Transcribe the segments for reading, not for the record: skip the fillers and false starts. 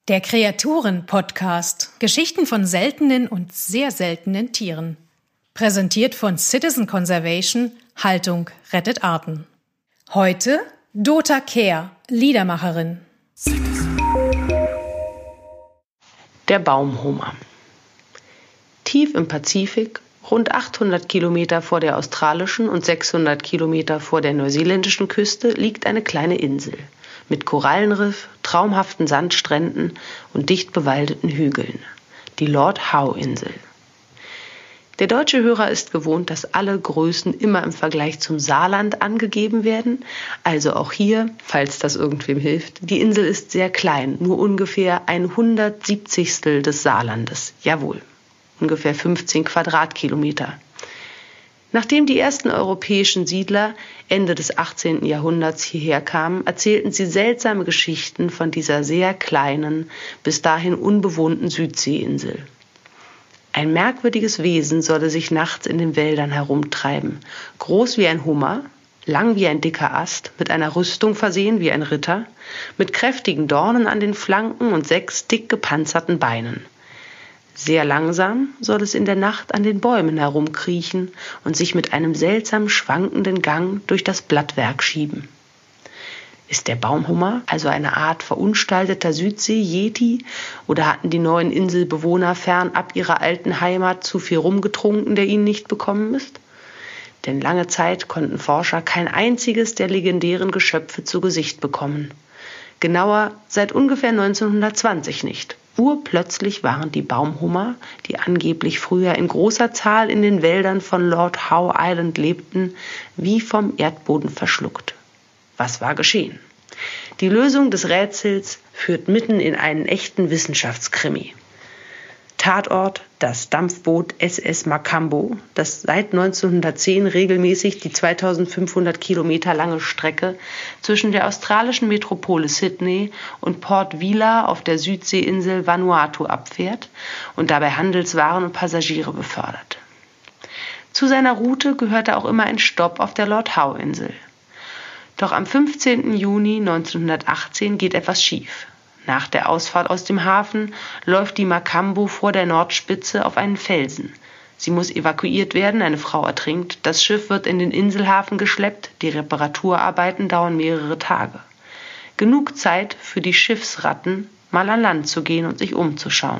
Der Kreaturen-Podcast. Geschichten von seltenen und sehr seltenen Tieren. Präsentiert von Citizen Conservation. Haltung rettet Arten. Heute Dota Kehr, Liedermacherin. Der Baumhummer. Tief im Pazifik, rund 800 Kilometer vor der australischen und 600 Kilometer vor der neuseeländischen Küste, liegt eine kleine Insel mit Korallenriff, traumhaften Sandstränden und dicht bewaldeten Hügeln, die Lord-Howe-Insel. Der deutsche Hörer ist gewohnt, dass alle Größen immer im Vergleich zum Saarland angegeben werden. Also auch hier, falls das irgendwem hilft, die Insel ist sehr klein, nur ungefähr 170stel des Saarlandes. Jawohl, ungefähr 15 Quadratkilometer. Nachdem die ersten europäischen Siedler Ende des 18. Jahrhunderts hierher kamen, erzählten sie seltsame Geschichten von dieser sehr kleinen, bis dahin unbewohnten Südseeinsel. Ein merkwürdiges Wesen solle sich nachts in den Wäldern herumtreiben, groß wie ein Hummer, lang wie ein dicker Ast, mit einer Rüstung versehen wie ein Ritter, mit kräftigen Dornen an den Flanken und 6 dick gepanzerten Beinen. Sehr langsam soll es in der Nacht an den Bäumen herumkriechen und sich mit einem seltsam schwankenden Gang durch das Blattwerk schieben. Ist der Baumhummer also eine Art verunstalteter Südsee-Yeti oder hatten die neuen Inselbewohner fernab ihrer alten Heimat zu viel rumgetrunken, der ihnen nicht bekommen ist? Denn lange Zeit konnten Forscher kein einziges der legendären Geschöpfe zu Gesicht bekommen. Genauer seit ungefähr 1920 nicht. Urplötzlich waren die Baumhummer, die angeblich früher in großer Zahl in den Wäldern von Lord Howe Island lebten, wie vom Erdboden verschluckt. Was war geschehen? Die Lösung des Rätsels führt mitten in einen echten Wissenschaftskrimi. Tatort: das Dampfboot SS Macambo, das seit 1910 regelmäßig die 2500 Kilometer lange Strecke zwischen der australischen Metropole Sydney und Port Vila auf der Südseeinsel Vanuatu abfährt und dabei Handelswaren und Passagiere befördert. Zu seiner Route gehörte auch immer ein Stopp auf der Lord-Howe-Insel. Doch am 15. Juni 1918 geht etwas schief. Nach der Ausfahrt aus dem Hafen läuft die Macambo vor der Nordspitze auf einen Felsen. Sie muss evakuiert werden, eine Frau ertrinkt, das Schiff wird in den Inselhafen geschleppt, die Reparaturarbeiten dauern mehrere Tage. Genug Zeit für die Schiffsratten, mal an Land zu gehen und sich umzuschauen.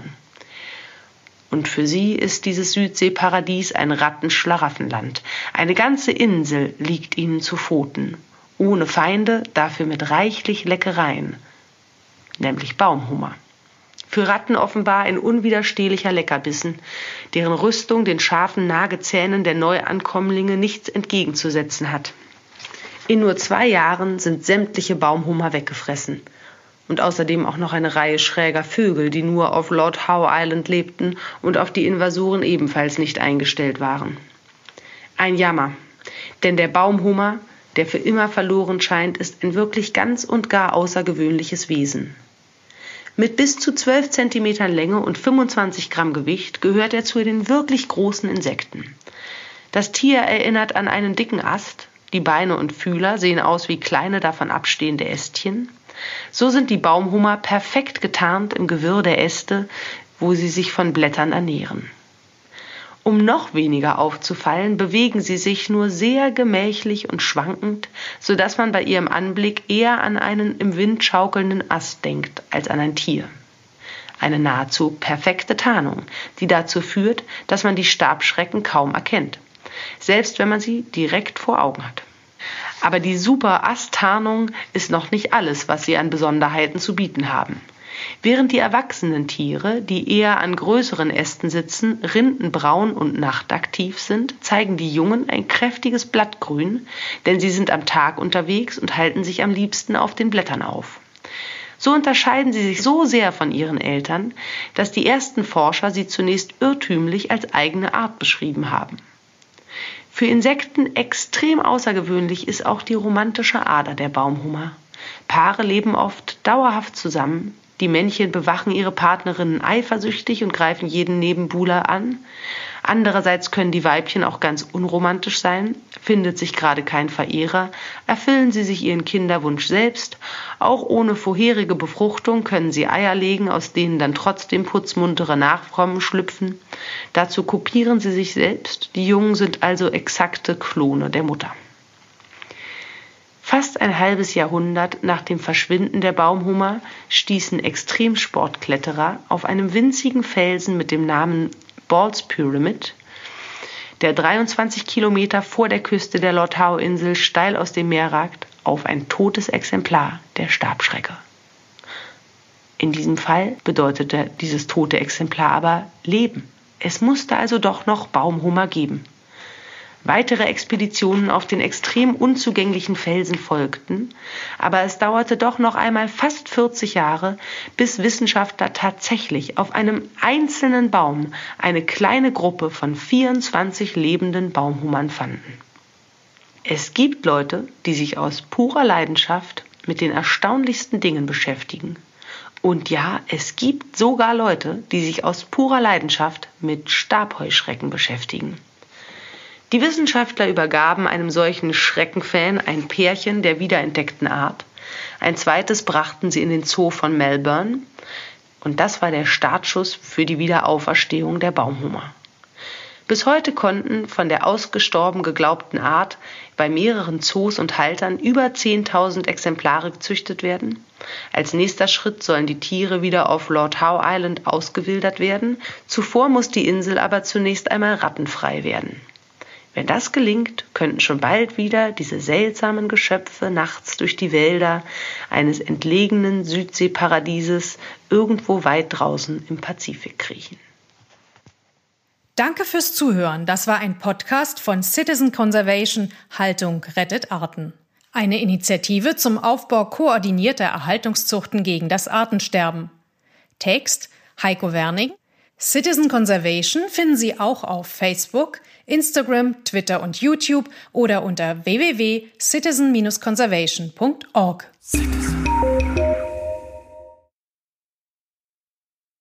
Und für sie ist dieses Südseeparadies ein Rattenschlaraffenland. Eine ganze Insel liegt ihnen zu Pfoten. Ohne Feinde, dafür mit reichlich Leckereien. Nämlich Baumhummer. Für Ratten offenbar ein unwiderstehlicher Leckerbissen, deren Rüstung den scharfen Nagezähnen der Neuankömmlinge nichts entgegenzusetzen hat. In nur 2 Jahren sind sämtliche Baumhummer weggefressen. Und außerdem auch noch eine Reihe schräger Vögel, die nur auf Lord Howe Island lebten und auf die Invasoren ebenfalls nicht eingestellt waren. Ein Jammer, denn der Baumhummer, der für immer verloren scheint, ist ein wirklich ganz und gar außergewöhnliches Wesen. Mit bis zu 12 Zentimetern Länge und 25 Gramm Gewicht gehört er zu den wirklich großen Insekten. Das Tier erinnert an einen dicken Ast, die Beine und Fühler sehen aus wie kleine davon abstehende Ästchen. So sind die Baumhummer perfekt getarnt im Gewirr der Äste, wo sie sich von Blättern ernähren. Um noch weniger aufzufallen, bewegen sie sich nur sehr gemächlich und schwankend, sodass man bei ihrem Anblick eher an einen im Wind schaukelnden Ast denkt, als an ein Tier. Eine nahezu perfekte Tarnung, die dazu führt, dass man die Stabschrecken kaum erkennt, selbst wenn man sie direkt vor Augen hat. Aber die Super-Ast-Tarnung ist noch nicht alles, was sie an Besonderheiten zu bieten haben. Während die erwachsenen Tiere, die eher an größeren Ästen sitzen, rindenbraun und nachtaktiv sind, zeigen die Jungen ein kräftiges Blattgrün, denn sie sind am Tag unterwegs und halten sich am liebsten auf den Blättern auf. So unterscheiden sie sich so sehr von ihren Eltern, dass die ersten Forscher sie zunächst irrtümlich als eigene Art beschrieben haben. Für Insekten extrem außergewöhnlich ist auch die romantische Ader der Baumhummer. Paare leben oft dauerhaft zusammen, Die Männchen bewachen ihre Partnerinnen eifersüchtig und greifen jeden Nebenbuhler an. Andererseits können die Weibchen auch ganz unromantisch sein. Findet sich gerade kein Verehrer, erfüllen sie sich ihren Kinderwunsch selbst. Auch ohne vorherige Befruchtung können sie Eier legen, aus denen dann trotzdem putzmuntere Nachkommen schlüpfen. Dazu kopieren sie sich selbst. Die Jungen sind also exakte Klone der Mutter. Fast ein halbes Jahrhundert nach dem Verschwinden der Baumhummer stießen Extremsportkletterer auf einem winzigen Felsen mit dem Namen Ball's Pyramid, der 23 Kilometer vor der Küste der Lord Howe-Insel steil aus dem Meer ragt, auf ein totes Exemplar der Stabschrecke. In diesem Fall bedeutete dieses tote Exemplar aber Leben. Es musste also doch noch Baumhummer geben. Weitere Expeditionen auf den extrem unzugänglichen Felsen folgten, aber es dauerte doch noch einmal fast 40 Jahre, bis Wissenschaftler tatsächlich auf einem einzelnen Baum eine kleine Gruppe von 24 lebenden Baumhummern fanden. Es gibt Leute, die sich aus purer Leidenschaft mit den erstaunlichsten Dingen beschäftigen. Und ja, es gibt sogar Leute, die sich aus purer Leidenschaft mit Stabheuschrecken beschäftigen. Die Wissenschaftler übergaben einem solchen Schreckenfan ein Pärchen der wiederentdeckten Art. Ein zweites brachten sie in den Zoo von Melbourne. Und das war der Startschuss für die Wiederauferstehung der Baumhummer. Bis heute konnten von der ausgestorben geglaubten Art bei mehreren Zoos und Haltern über 10.000 Exemplare gezüchtet werden. Als nächster Schritt sollen die Tiere wieder auf Lord Howe Island ausgewildert werden. Zuvor muss die Insel aber zunächst einmal rattenfrei werden. Wenn das gelingt, könnten schon bald wieder diese seltsamen Geschöpfe nachts durch die Wälder eines entlegenen Südseeparadieses irgendwo weit draußen im Pazifik kriechen. Danke fürs Zuhören. Das war ein Podcast von Citizen Conservation Haltung rettet Arten. Eine Initiative zum Aufbau koordinierter Erhaltungszuchten gegen das Artensterben. Text Heiko Werning. Citizen Conservation finden Sie auch auf Facebook, Instagram, Twitter und YouTube oder unter www.citizen-conservation.org.